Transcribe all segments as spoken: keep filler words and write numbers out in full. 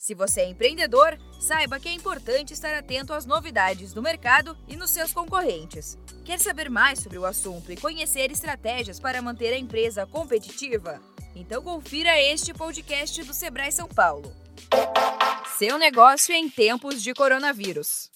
Se você é empreendedor, saiba que é importante estar atento às novidades do mercado e nos seus concorrentes. Quer saber mais sobre o assunto e conhecer estratégias para manter a empresa competitiva? Então confira este podcast do Sebrae São Paulo. Seu negócio em tempos de coronavírus.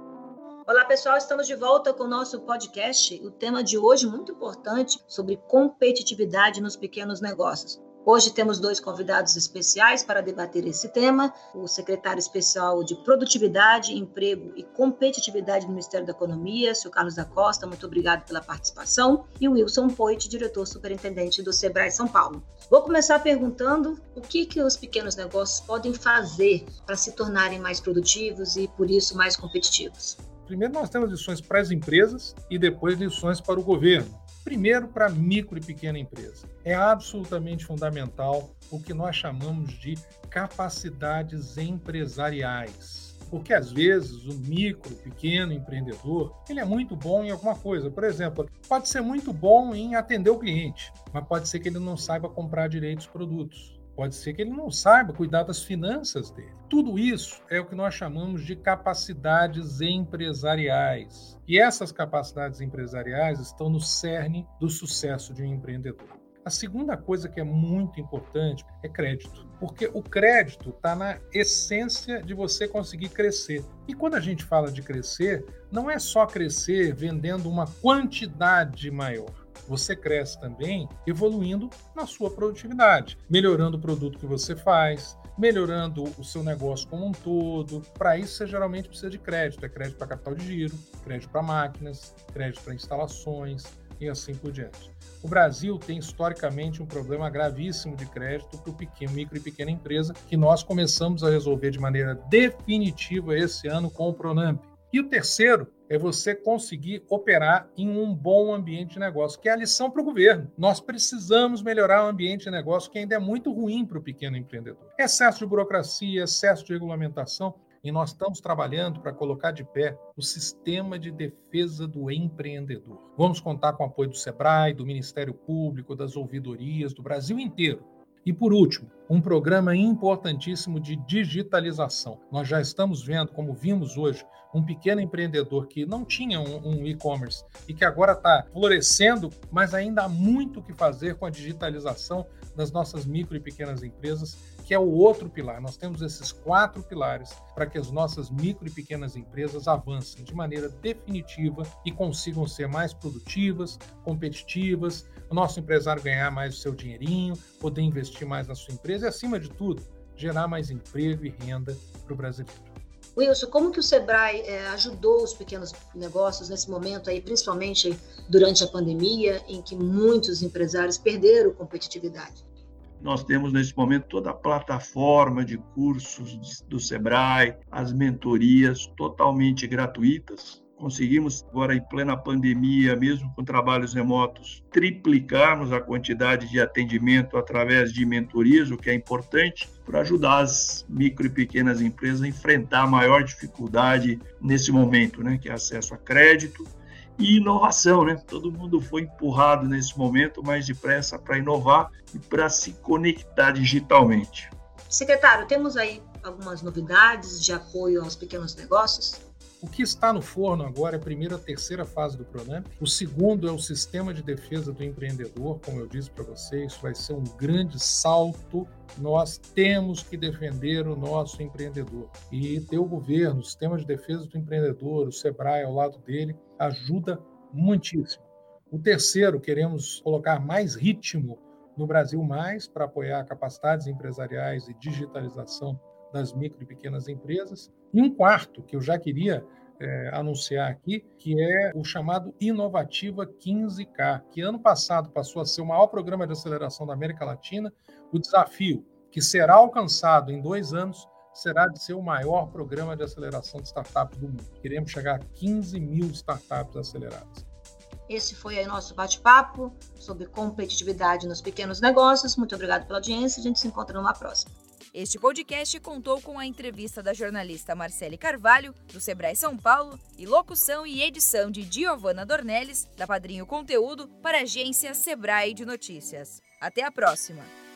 Olá pessoal, estamos de volta com o nosso podcast. O tema de hoje muito importante sobre competitividade nos pequenos negócios. Hoje temos dois convidados especiais para debater esse tema, o secretário especial de Produtividade, Emprego e Competitividade do Ministério da Economia, senhor Carlos da Costa, muito obrigado pela participação, e o Wilson Poit, diretor superintendente do Sebrae São Paulo. Vou começar perguntando o que, que os pequenos negócios podem fazer para se tornarem mais produtivos e, por isso, mais competitivos. Primeiro nós temos lições para as empresas e depois lições para o governo. Primeiro, para a micro e pequena empresa. É absolutamente fundamental o que nós chamamos de capacidades empresariais. Porque, às vezes, o micro, pequeno empreendedor, ele é muito bom em alguma coisa. Por exemplo, pode ser muito bom em atender o cliente, mas pode ser que ele não saiba comprar direito os produtos. Pode ser que ele não saiba cuidar das finanças dele. Tudo isso é o que nós chamamos de capacidades empresariais. E essas capacidades empresariais estão no cerne do sucesso de um empreendedor. A segunda coisa que é muito importante é crédito, porque o crédito está na essência de você conseguir crescer. E quando a gente fala de crescer, não é só crescer vendendo uma quantidade maior. Você cresce também evoluindo na sua produtividade, melhorando o produto que você faz, melhorando o seu negócio como um todo. Para isso, você geralmente precisa de crédito. É crédito para capital de giro, crédito para máquinas, crédito para instalações e assim por diante. O Brasil tem historicamente um problema gravíssimo de crédito para o pequeno, micro e pequena empresa, que nós começamos a resolver de maneira definitiva esse ano com o Pronampe. E o terceiro é você conseguir operar em um bom ambiente de negócio, que é a lição para o governo. Nós precisamos melhorar o ambiente de negócio, que ainda é muito ruim para o pequeno empreendedor. Excesso de burocracia, excesso de regulamentação, e nós estamos trabalhando para colocar de pé o sistema de defesa do empreendedor. Vamos contar com o apoio do Sebrae, do Ministério Público, das ouvidorias, do Brasil inteiro. E, por último, um programa importantíssimo de digitalização. Nós já estamos vendo, como vimos hoje, um pequeno empreendedor que não tinha um, um e-commerce e que agora está florescendo, mas ainda há muito o que fazer com a digitalização das nossas micro e pequenas empresas, que é o outro pilar. Nós temos esses quatro pilares para que as nossas micro e pequenas empresas avancem de maneira definitiva e consigam ser mais produtivas, competitivas, o nosso empresário ganhar mais o seu dinheirinho, poder investir mais na sua empresa e, acima de tudo, gerar mais emprego e renda para o brasileiro. Wilson, como que o Sebrae é, ajudou os pequenos negócios nesse momento, aí, principalmente durante a pandemia, em que muitos empresários perderam competitividade? Nós temos, nesse momento, toda a plataforma de cursos do Sebrae, as mentorias totalmente gratuitas. Conseguimos, agora em plena pandemia, mesmo com trabalhos remotos, triplicarmos a quantidade de atendimento através de mentorias, o que é importante para ajudar as micro e pequenas empresas a enfrentar a maior dificuldade nesse momento, né, que é acesso a crédito e inovação, né? Todo mundo foi empurrado nesse momento mais depressa para inovar e para se conectar digitalmente. Secretário, temos aí algumas novidades de apoio aos pequenos negócios? O que está no forno agora é a primeira e a terceira fase do Pronamp. O segundo é o sistema de defesa do empreendedor, como eu disse para vocês, isso vai ser um grande salto. Nós temos que defender o nosso empreendedor. E ter o governo, o sistema de defesa do empreendedor, o Sebrae ao lado dele, ajuda muitíssimo. O terceiro, queremos colocar mais ritmo no Brasil Mais para apoiar capacidades empresariais e digitalização das micro e pequenas empresas. E um quarto, que eu já queria é, anunciar aqui, que é o chamado Inovativa quinze K, que ano passado passou a ser o maior programa de aceleração da América Latina. O desafio, que será alcançado em dois anos, será de ser o maior programa de aceleração de startups do mundo. Queremos chegar a quinze mil startups aceleradas. Esse foi aí nosso bate-papo sobre competitividade nos pequenos negócios. Muito obrigado pela audiência. A gente se encontra numa próxima. Este podcast contou com a entrevista da jornalista Marcele Carvalho, do Sebrae São Paulo, e locução e edição de Giovana Dornelles, da Padrinho Conteúdo, para a agência Sebrae de Notícias. Até a próxima!